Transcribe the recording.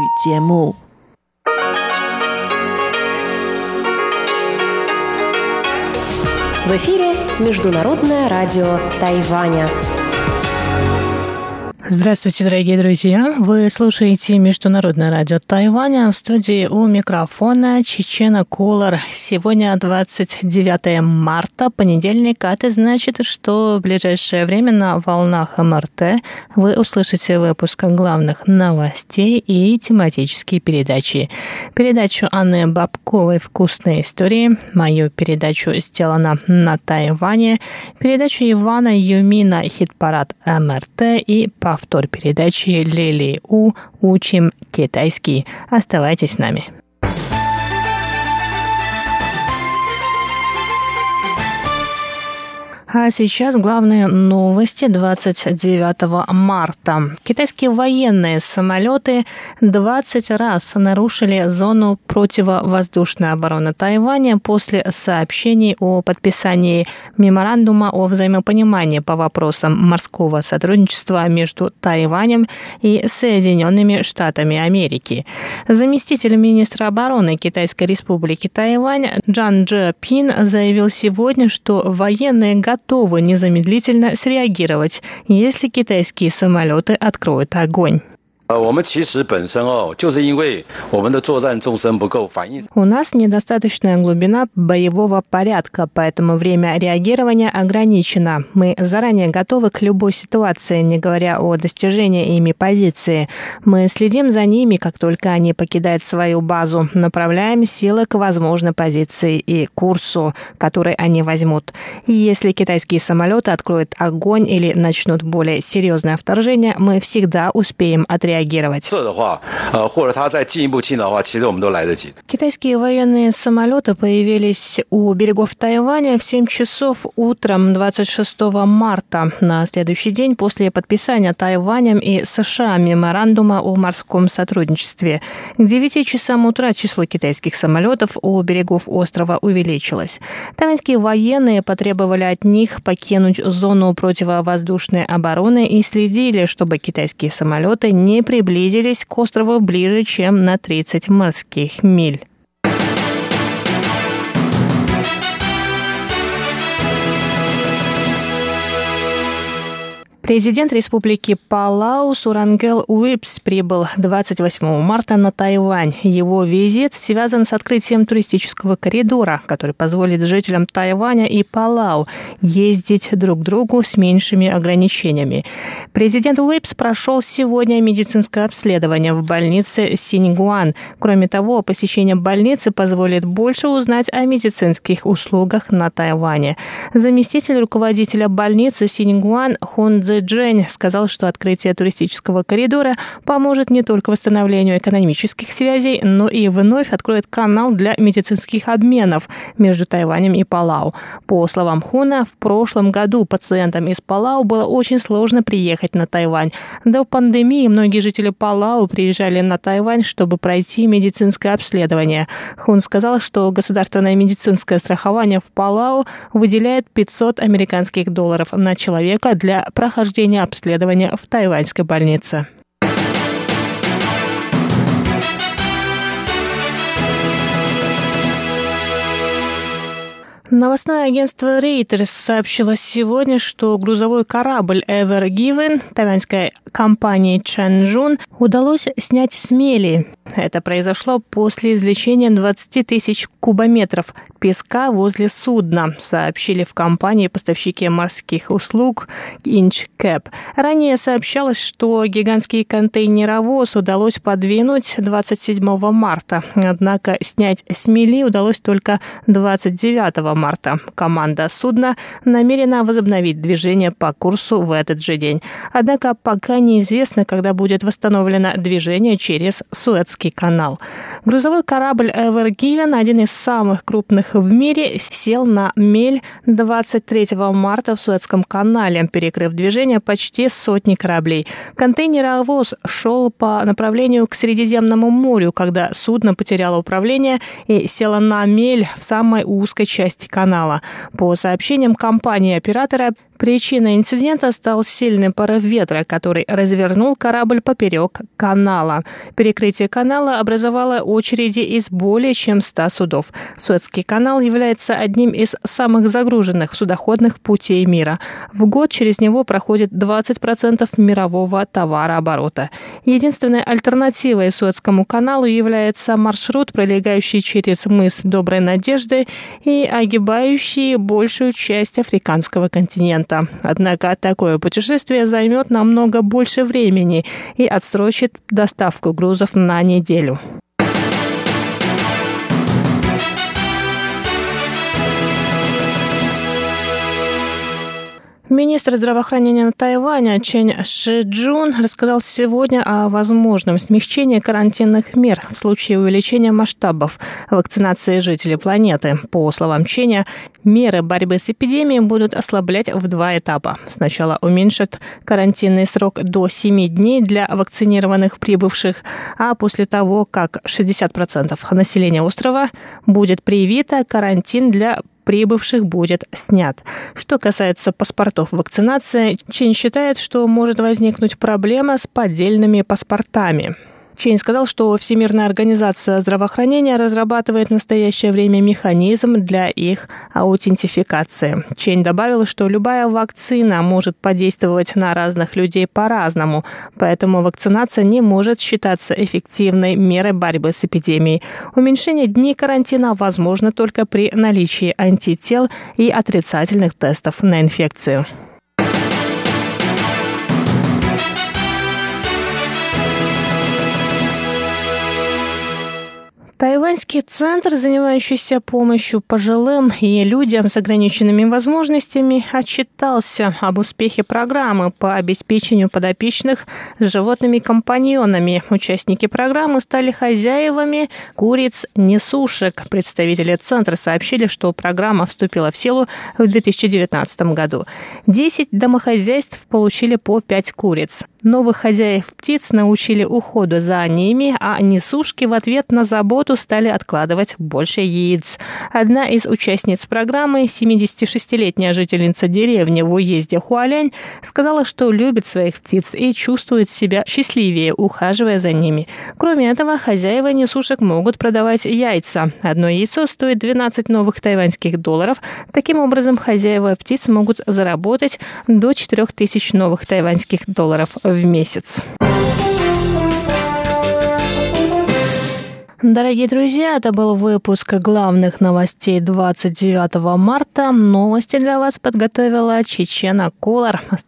节目。В эфире Международное радио Тайваня. Здравствуйте, дорогие друзья! Вы слушаете Международное радио Тайваня. В студии у микрофона Чечена Кулар. Сегодня 29 марта, понедельник. А это значит, что в ближайшее время на волнах МРТ вы услышите выпуск главных новостей и тематические передачи. Передачу Анны Бабковой «Вкусные истории», мою передачу «Сделано на Тайване», передачу Ивана Юмина «Хит-парад МРТ» и повтор передачи Лили У «Учим китайский». Оставайтесь с нами. А сейчас главные новости 29 марта. Китайские военные самолеты 20 раз нарушили зону противовоздушной обороны Тайваня после сообщений о подписании меморандума о взаимопонимании по вопросам морского сотрудничества между Тайванем и Соединенными Штатами Америки. Заместитель министра обороны Китайской Республики Тайвань Джан Чжэ Пин заявил сегодня, что военные готовы незамедлительно среагировать, если китайские самолеты откроют огонь. У нас недостаточная глубина боевого порядка, поэтому время реагирования ограничено. Мы заранее готовы к любой ситуации, не говоря о достижении ими позиции. Мы следим за ними, как только они покидают свою базу, направляем силы к возможной позиции и курсу, который они возьмут. И если китайские самолеты откроют огонь или начнут более серьезное вторжение, мы всегда успеем отреагировать. Китайские военные самолеты появились у берегов Тайваня в 7 часов утром 26 марта, на следующий день после подписания Тайванем и США меморандума о морском сотрудничестве. К 9 часам утра число китайских самолетов у берегов острова увеличилось. Тайваньские военные потребовали от них покинуть зону противовоздушной обороны и следили, чтобы китайские самолеты не приблизились к острову ближе, чем на 30 морских миль. Президент Республики Палау Сурангел Уипс прибыл 28 марта на Тайвань. Его визит связан с открытием туристического коридора, который позволит жителям Тайваня и Палау ездить друг к другу с меньшими ограничениями. Президент Уипс прошел сегодня медицинское обследование в больнице Синьгуан. Кроме того, посещение больницы позволит больше узнать о медицинских услугах на Тайване. Заместитель руководителя больницы Синьгуан Хун Цзэджэнь сказал, что открытие туристического коридора поможет не только восстановлению экономических связей, но и вновь откроет канал для медицинских обменов между Тайванем и Палау. По словам Хуна, в прошлом году пациентам из Палау было очень сложно приехать на Тайвань. До пандемии многие жители Палау приезжали на Тайвань, чтобы пройти медицинское обследование. Хун сказал, что государственное медицинское страхование в Палау выделяет $500 на человека для прохождения обследования в тайваньской больнице. Новостное агентство Reuters сообщило сегодня, что грузовой корабль Ever Given тайваньской компании Чанчжун удалось снять с мели. Это произошло после извлечения 20 тысяч кубометров песка возле судна, сообщили в компании-поставщике морских услуг Inchcape. Ранее сообщалось, что гигантский контейнеровоз удалось подвинуть 27 марта, однако снять с мели удалось только 29 марта. Команда судна намерена возобновить движение по курсу в этот же день. Однако пока неизвестно, когда будет восстановлено движение через Суэцкий канал. Грузовой корабль Ever Given, один из самых крупных в мире, сел на мель 23 марта в Суэцком канале, перекрыв движение почти сотни кораблей. Контейнеровоз шел по направлению к Средиземному морю, когда судно потеряло управление и село на мель в самой узкой части канала. По сообщениям компании-оператора, Причиной инцидента стал сильный порыв ветра, который развернул корабль поперек канала. Перекрытие канала образовало очереди из более чем 100 судов. Суэцкий канал является одним из самых загруженных судоходных путей мира. В год через него проходит 20% мирового товарооборота. Единственной альтернативой Суэцкому каналу является маршрут, пролегающий через мыс Доброй Надежды и огибающий большую часть африканского континента. Однако такое путешествие займет намного больше времени и отсрочит доставку грузов на неделю. Министр здравоохранения Тайваня Чен Ши-Джун рассказал сегодня о возможном смягчении карантинных мер в случае увеличения масштабов вакцинации жителей планеты. По словам Ченя, меры борьбы с эпидемией будут ослаблять в 2 этапа. Сначала уменьшат карантинный срок до 7 дней для вакцинированных прибывших, а после того, как 60% населения острова будет привито, карантин для прибывших будет снят. Что касается паспортов вакцинации, Чен считает, что может возникнуть проблема с поддельными паспортами. Чен сказал, что Всемирная организация здравоохранения разрабатывает в настоящее время механизм для их аутентификации. Чен добавил, что любая вакцина может подействовать на разных людей по-разному, поэтому вакцинация не может считаться эффективной мерой борьбы с эпидемией. Уменьшение дней карантина возможно только при наличии антител и отрицательных тестов на инфекцию. Тайваньский центр, занимающийся помощью пожилым и людям с ограниченными возможностями, отчитался об успехе программы по обеспечению подопечных с животными-компаньонами. Участники программы стали хозяевами куриц-несушек. Представители центра сообщили, что программа вступила в силу в 2019 году. 10 домохозяйств получили по 5 куриц. Новых хозяев птиц научили уходу за ними, а несушки в ответ на заботу стали откладывать больше яиц. Одна из участниц программы, 76-летняя жительница деревни в уезде Хуалянь, сказала, что любит своих птиц и чувствует себя счастливее, ухаживая за ними. Кроме этого, хозяева несушек могут продавать яйца. Одно яйцо стоит 12 новых тайваньских долларов. Таким образом, хозяева птиц могут заработать до 4000 новых тайваньских долларов в месяц. Дорогие друзья, это был выпуск главных новостей 29 марта. Новости для вас подготовила Чечена Колор.